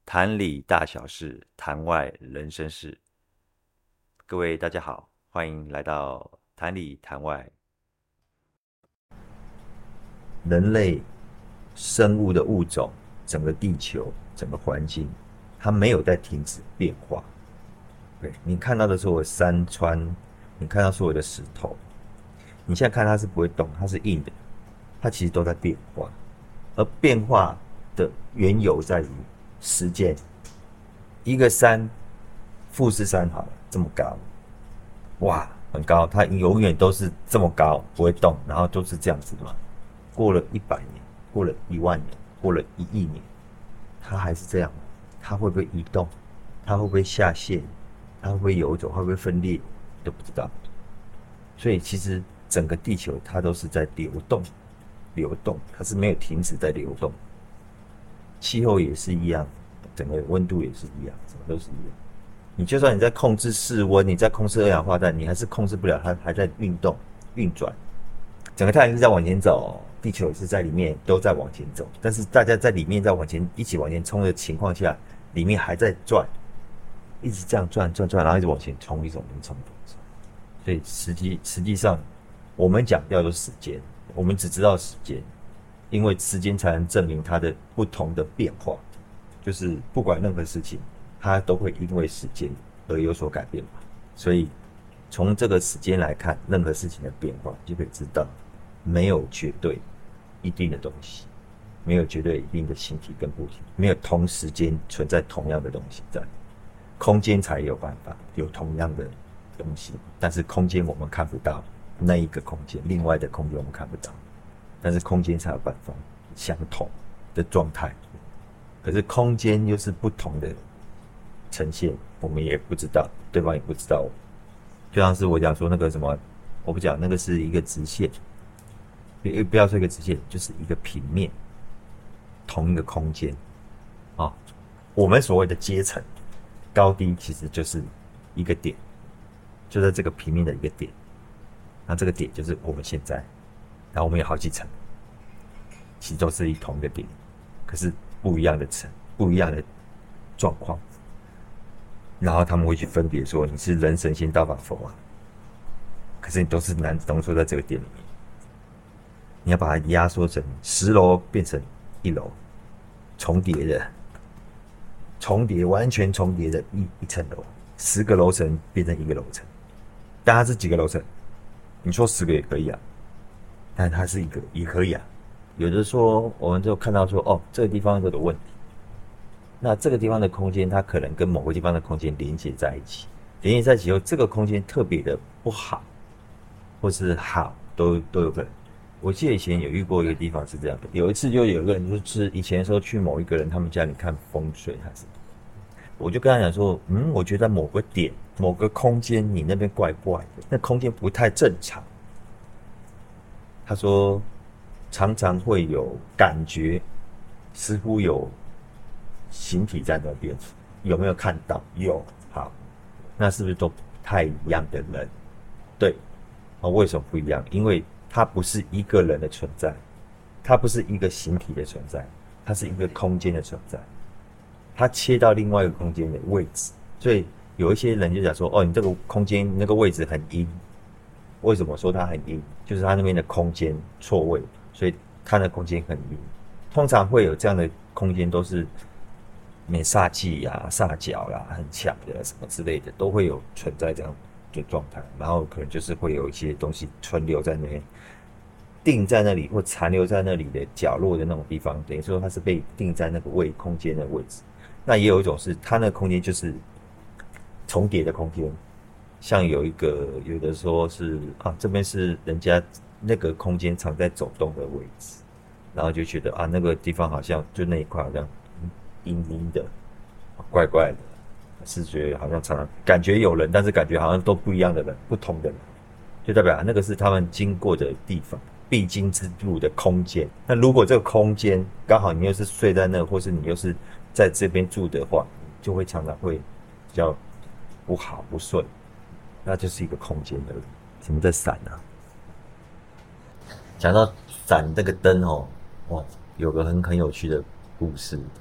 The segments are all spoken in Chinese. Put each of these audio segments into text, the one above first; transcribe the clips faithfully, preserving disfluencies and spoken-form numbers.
谈理大小事，谈外人生事。各位大家好，欢迎来到谈理谈外。人类生物的物种，整个地球，整个环境，它没有在停止变化。对，你看到的所有山川，你看到所有的石头，你现在看它是不会动，它是硬的，它其实都在变化。而变化的缘由在于时间。一个山，富士山好了，这么高，哇，很高，它永远都是这么高，不会动，然后都是这样子的嘛。过了一百年，过了一万年，过了一亿年，它还是这样，它会不会移动？它会不会下陷？它会不会游走？会不会分裂？都不知道。所以其实整个地球它都是在流动，流动，它是没有停止在流动。气候也是一样，整个温度也是一样，什么都是一样。你就算你在控制室温，你在控制二氧化碳，你还是控制不了它还在运动、运转。整个太阳是在往前走，地球也是在里面都在往前走，但是大家在里面在往前一起往前冲的情况下，里面还在转，一直这样转转转，然后一直往前冲，一直往前冲。所以实际实际上，我们讲叫做时间，我们只知道时间，因为时间才能证明它的不同的变化。就是不管任何事情，它都会因为时间而有所改变嘛。所以从这个时间来看，任何事情的变化，就可以知道没有绝对一定的东西，没有绝对一定的形体跟物体，没有同时间存在同样的东西在。空间才有办法有同样的东西，但是空间我们看不到那一个空间，另外的空间我们看不到，但是空间才有办法相同的状态。可是空间又是不同的呈现，我们也不知道，对方也不知道。就像是我讲说那个什么，我不讲那个是一个直线，不要说一个直线，就是一个平面，同一个空间啊、哦。我们所谓的阶层高低，其实就是一个点，就在这个平面的一个点。那这个点就是我们现在，然后我们有好几层，其实都是一同一个点，可是不一样的层，不一样的状况。然后他们会去分别说你是人神仙道法佛啊，可是你都是难浓缩在这个点里面。你要把它压缩成十楼变成一楼，重叠的，重叠完全重叠的一一层楼，十个楼层变成一个楼层。但它是几个楼层？你说十个也可以啊，但它是一个也可以啊。有的说我们就看到说哦，这个地方有个问题。那这个地方的空间，它可能跟某个地方的空间连接在一起，连接在一起后，这个空间特别的不好，或是好，都都有可能。我记得以前有遇过一个地方是这样的，有一次就有一个人就是以前的时候去某一个人他们家里看风水还是，我就跟他讲说，嗯，我觉得某个点、某个空间你那边怪怪的，那空间不太正常。他说常常会有感觉，似乎有形体在那边，有没有看到？有。好，那是不是都不太一样的人？对，哦，为什么不一样？因为它不是一个人的存在，它不是一个形体的存在，它是一个空间的存在。它切到另外一个空间的位置，所以有一些人就讲说，哦，你这个空间那个位置很阴。为什么说它很阴？就是它那边的空间错位，所以它的空间很阴。通常会有这样的空间，都是没煞气呀、煞角啦、很强的什么之类的，都会有存在这样的状态。然后可能就是会有一些东西存留在那边，定在那里或残留在那里的角落的那种地方，等于说它是被定在那个位空间的位置。那也有一种是它那个空间就是重叠的空间，像有一个有的说是啊，这边是人家那个空间常在走动的位置，然后就觉得啊，那个地方好像就那一块好像阴阴的，怪怪的，是觉得好像常常感觉有人，但是感觉好像都不一样的人，不同的人，就代表那个是他们经过的地方，必经之路的空间。那如果这个空间刚好你又是睡在那，或是你又是在这边住的话，就会常常会比较不好不顺，那就是一个空间而已。什么在闪啊？讲到闪这个灯哦，哇，有个很很有趣的故事。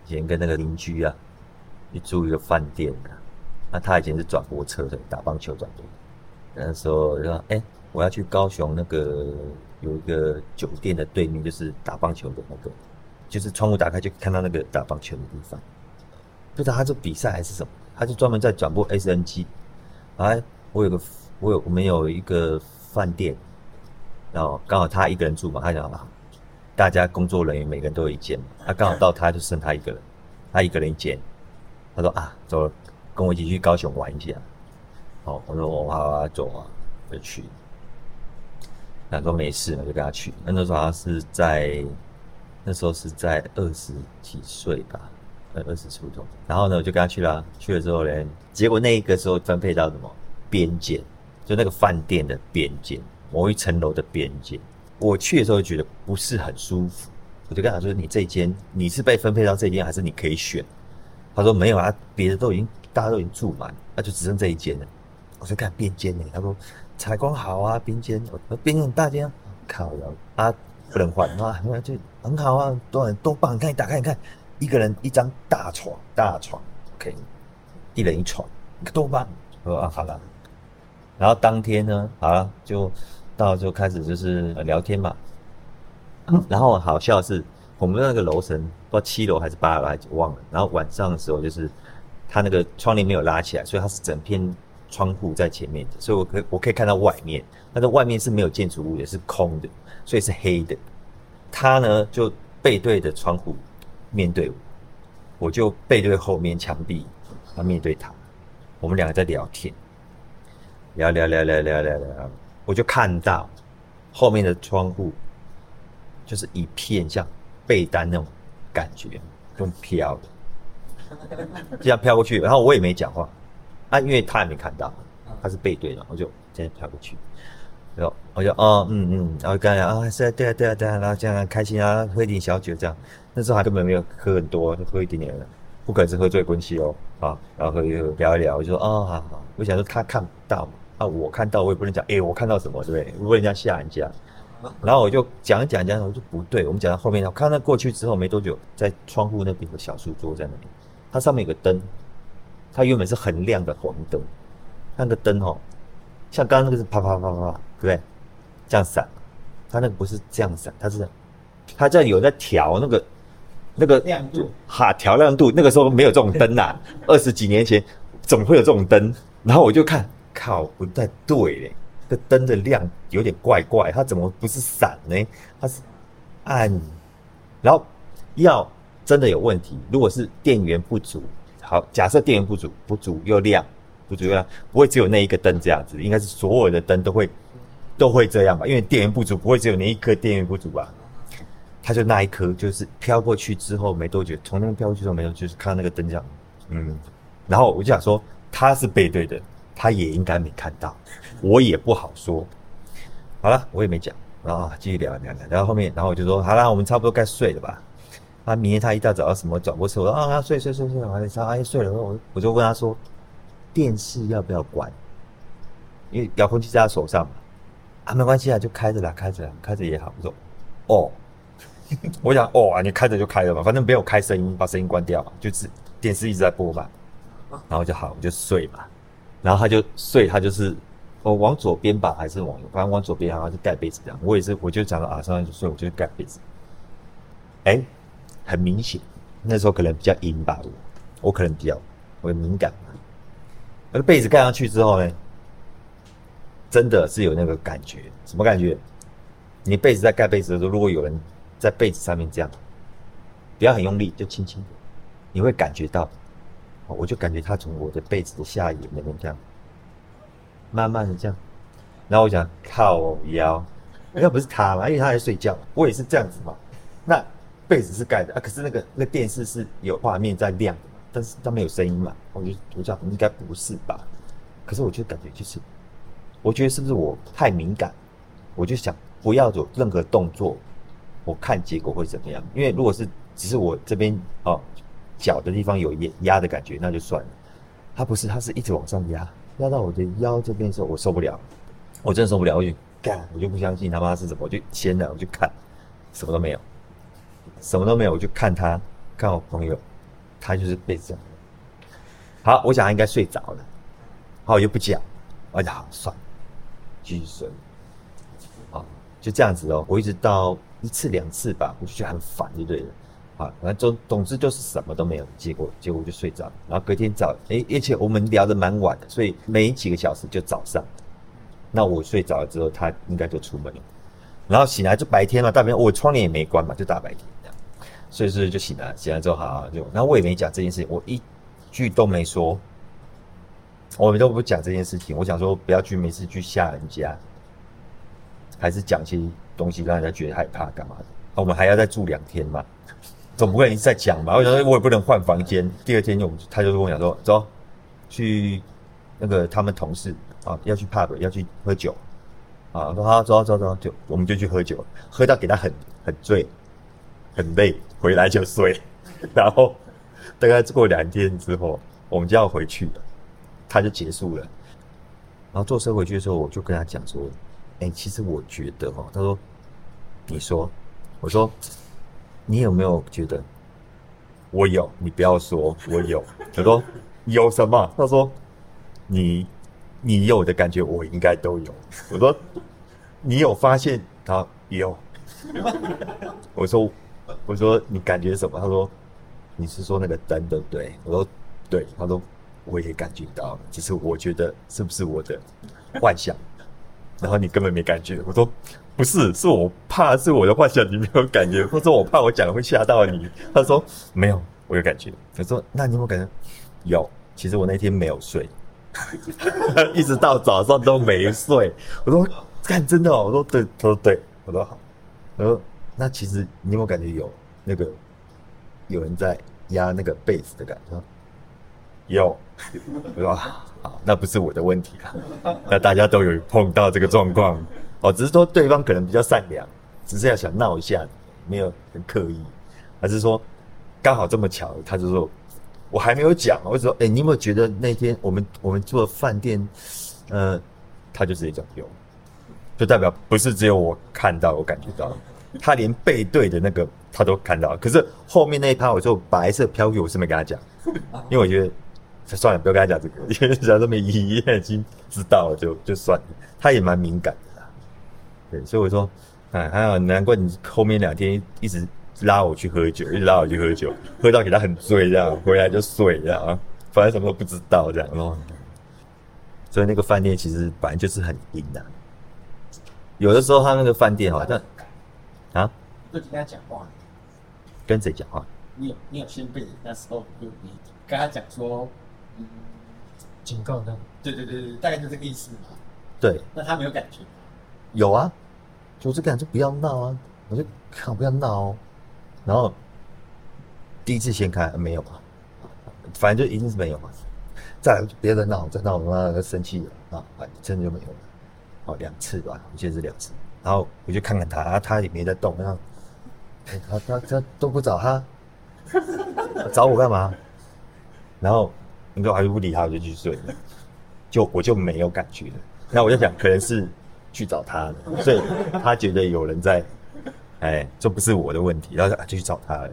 以前跟那个邻居啊，去住一个饭店啊，那他以前是转播车的，打棒球转播。那时候就说，哎、欸，我要去高雄那个有一个酒店的对面，就是打棒球的那个，就是窗户打开就看到那个打棒球的地方。不知道他是比赛还是什么，他就专门在转播 S N G。哎，我有个我有我们有一个饭店，然后刚好他一个人住嘛，他讲啊，大家工作人员每个人都有一间嘛，他刚好到他就剩他一个人，他一个人一间。他说啊，走了，跟我一起去高雄玩一下。哦，我说我好啊，走啊，就去。他说没事嘛，就跟他去。那时候好像是在那时候是在二十几岁吧，呃，二十出头。然后呢，我就跟他去了。去了之后呢，结果那个时候分配到什么边间，就那个饭店的边间，某一层楼的边间。我去的时候觉得不是很舒服，我就跟他说：“你这间你是被分配到这间，还是你可以选？”他说：“没有啊，别的都已经大家都已经住满，那就只剩这一间了。”我说看边间呢，他说采光好啊，边间，我说边间很大间啊，靠呀啊，不能换啊，就很好啊，多多棒，你看你打开你看，一个人一张大床，大床 ，OK， 一人一床，多棒！我说啊好了，然后当天呢，好了就到就开始就是聊天嘛，嗯、然后好笑的是我们那个楼层不知道七楼还是八楼还是忘了，然后晚上的时候就是他那个窗帘没有拉起来，所以它是整片窗户在前面的，所以我可以我可以看到外面，但是外面是没有建筑物，也是空的，所以是黑的。他呢就背对着窗户面对我，我就背对后面墙壁，他面对他，我们两个在聊天，聊聊聊聊聊聊聊，我就看到后面的窗户就是一片像被单那种感觉，用飘的，这样飘过去，然后我也没讲话。啊，因为他也没看到，他是背对的，我就这样飘过去，然后我就哦嗯嗯，然后跟他讲啊是啊对啊对啊对啊，然后这样开心啊，喝一点小酒这样，那时候还根本没有喝很多，就喝一点点，不可能是喝醉滚起哦啊，然后喝一喝聊一聊，我就说哦好好，我想说他看不到啊，我看到我也不能讲，哎我看到什么对不对？不能这样吓人家，然后我就讲一讲讲，我就不对，我们讲到后面，我看到过去之后没多久，在窗户那边有个小书桌在那里，它上面有个灯。它原本是很亮的黄灯，那个灯哦，像刚刚那个是啪啪啪啪，对不对？这样闪，它那个不是这样闪，它是它这样有在调那个那个亮度， 哈调亮度。那个时候没有这种灯啊，二十几年前怎么会有这种灯？然后我就看，靠，不太对嘞，这灯的亮有点怪怪，它怎么不是闪呢？它是暗，然后要真的有问题，如果是电源不足。好，假设电源不足，不足又亮，不足又亮，不会只有那一个灯这样子，应该是所有的灯都会都会这样吧？因为电源不足不会只有那一颗电源不足吧？它就那一颗，就是飘过去之后没多久，从那边飘过去之后没多久，就是看到那个灯这样，嗯，然后我就想说他是背对的，他也应该没看到，我也不好说。好了，我也没讲，然后继续聊聊聊，然后后面，然后我就说好啦，我们差不多该睡了吧？他明天他一大早要什么转播车，我说啊睡睡睡睡，完了他哎睡了，我我就问他说电视要不要关？因为遥控器在他手上嘛，啊没关系啊，就开着啦，开着啦，开着也好。我说哦，我想哦啊，你开着就开了嘛，反正没有开声音，把声音关掉嘛，就是电视一直在播嘛，然后就好，我就睡嘛，然后他就睡，他就是我、哦、往左边吧，还是往右，反正往左边，然后就盖被子这样。我也是，我就讲到啊，上来就睡，我就盖被子，哎、欸。很明显，那时候可能比较阴吧，我我可能比较我敏感嘛。那个被子盖上去之后呢，真的是有那个感觉，什么感觉？你被子在盖被子的时候，如果有人在被子上面这样，不要很用力，就轻轻的，你会感觉到，我就感觉他从我的被子的下沿那边这样，慢慢的这样，然后我想靠我腰，要不是他嘛，因为他在睡觉，我也是这样子嘛，那。被子是盖的啊，可是那个那个电视是有画面在亮的嘛，但是它没有声音嘛，我就我想应该不是吧，可是我就感觉就是，我觉得是不是我太敏感，我就想不要有任何动作，我看结果会怎么样？因为如果是只是我这边哦脚的地方有压的感觉，那就算了，它不是，它是一直往上压，压到我的腰这边的时候，我受不了，我真的受不了，我就干，我就不相信他妈是什么，我就先来我就看，什么都没有。什么都没有，我就看他，看我朋友， 他就是被这样。好，我想他应该睡着了，好，我就不讲，我讲好算了，继续睡。好，就这样子哦，我一直到一次两次吧，我就觉得很烦，就对了。好，反正总总之就是什么都没有，结果结果我就睡着，然后隔天早，哎，而且我们聊得蛮晚的，所以没几个小时就早上。那我睡着了之后，他应该就出门了，然后醒来就白天嘛，大白天我窗帘也没关嘛，就大白天这样，所以是就醒来，醒来之后好好就，然后我也没讲这件事情，我一句都没说，我们都不讲这件事情，我想说不要去没事去吓人家，还是讲些东西让人家觉得害怕干嘛的，我们还要再住两天嘛。总不可能再讲吧？我想说，我也不能换房间。第二天就他就跟我讲说，走，去那个他们同事啊，要去 pub 要去喝酒啊。我说好，走走走，就我们就去喝酒，喝到给他很很醉，很累，回来就睡。然后大概过两天之后，我们就要回去了，他就结束了。然后坐车回去的时候，我就跟他讲说，哎、欸，其实我觉得哈，他说，你说，我说。你有没有觉得我有？你不要说我有。我说有什么？他说你你有的感觉，我应该都有。我说你有发现？他有。我说我说你感觉什么？他说你是说那个灯对不对？我说对。他说我也感觉到了，只是我觉得是不是我的幻想？然后你根本没感觉。我说不是，是我怕是我的幻想，你没有感觉，或者我怕我讲会吓到你。他说没有，我有感觉。我说那你有没有感觉？有，其实我那天没有睡，一直到早上都没睡。我说干真的哦？我说对，他说对，我说好。我说那其实你有没有感觉有那个有人在压那个被子的感觉？有。我说好，那不是我的问题了。那大家都有碰到这个状况。哦，只是说对方可能比较善良，只是要想闹一下，没有很刻意，还是说刚好这么巧，他就说我还没有讲，我就说，哎、欸，你有没有觉得那天我们我们住的饭店，呃，他就直接讲有，就代表不是只有我看到，我感觉到，他连背对的那个他都看到，可是后面那一趴我就白色飘逸，我是没跟他讲，因为我觉得算了，不要跟他讲这个，因为讲这么意义，已经知道了就就算了，他也蛮敏感的。对，所以我说，哎，还好，难怪你后面两天一直拉我去喝酒，一直拉我去喝酒，喝到给他很醉这样，回来就睡这样，反正什么都不知道这样咯。所以那个饭店其实本来就是很阴的，有的时候他那个饭店好像啊， 就跟他讲话， 跟谁讲话？ 你有你有先被那时候你你跟他讲说，嗯， 警告他。 对对对对，大概就这个意思嘛。 对， 那他没有感觉。 有啊，就是跟他说不要闹啊，我就看不要闹哦。然后第一次先开没有啊，反正就一定是没有嘛。再来就别再闹，再闹我妈生气了啊，真的就没有了。哦，两次吧，我记得是两次。然后我就看看他，啊、他也没在动，然后、欸、他他他都不找他，找我干嘛？然后你说还是不理他，我就继续睡了，就我就没有感觉了。那我就想，可能是。去找他，所以他觉得有人在，哎，这不是我的问题，然后就去找他了，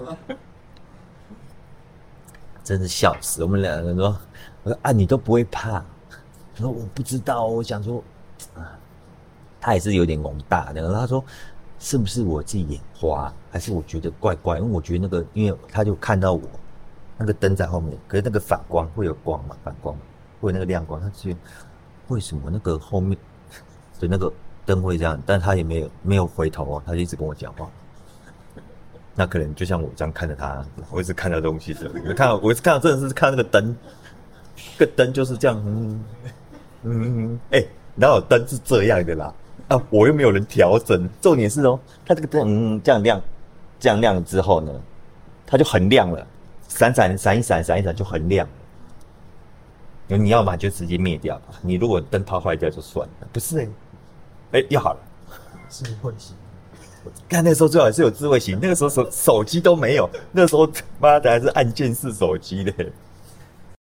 真是笑死！我们两个人说，我说啊，你都不会怕？他说我不知道，我想说，啊，他也是有点懵大的。然后他说，是不是我自己眼花，还是我觉得怪怪？因为我觉得那个，因为他就看到我那个灯在后面，可是那个反光会有光嘛，反光会有那个亮光，他觉得为什么那个后面？所以那个灯会这样，但他也没有没有回头哦，他就一直跟我讲话。那可能就像我这样看着他，我一直看到东西的，我看到我一直看到真的是看那个灯，这个灯就是这样，嗯嗯，哎、欸，哪有灯是这样的啦？啊，我又没有人调整，重点是哦，它这个灯嗯这样亮，这样亮之后呢，它就很亮了，闪闪闪一闪闪一闪就很亮。你要嘛就直接灭掉，你如果灯泡坏掉就算了，不是哎、欸，哎、欸、又好了， 智慧型。 看那时候最好是有智慧型，那个时候手手机都没有，那时候妈的还是按键式手机嘞。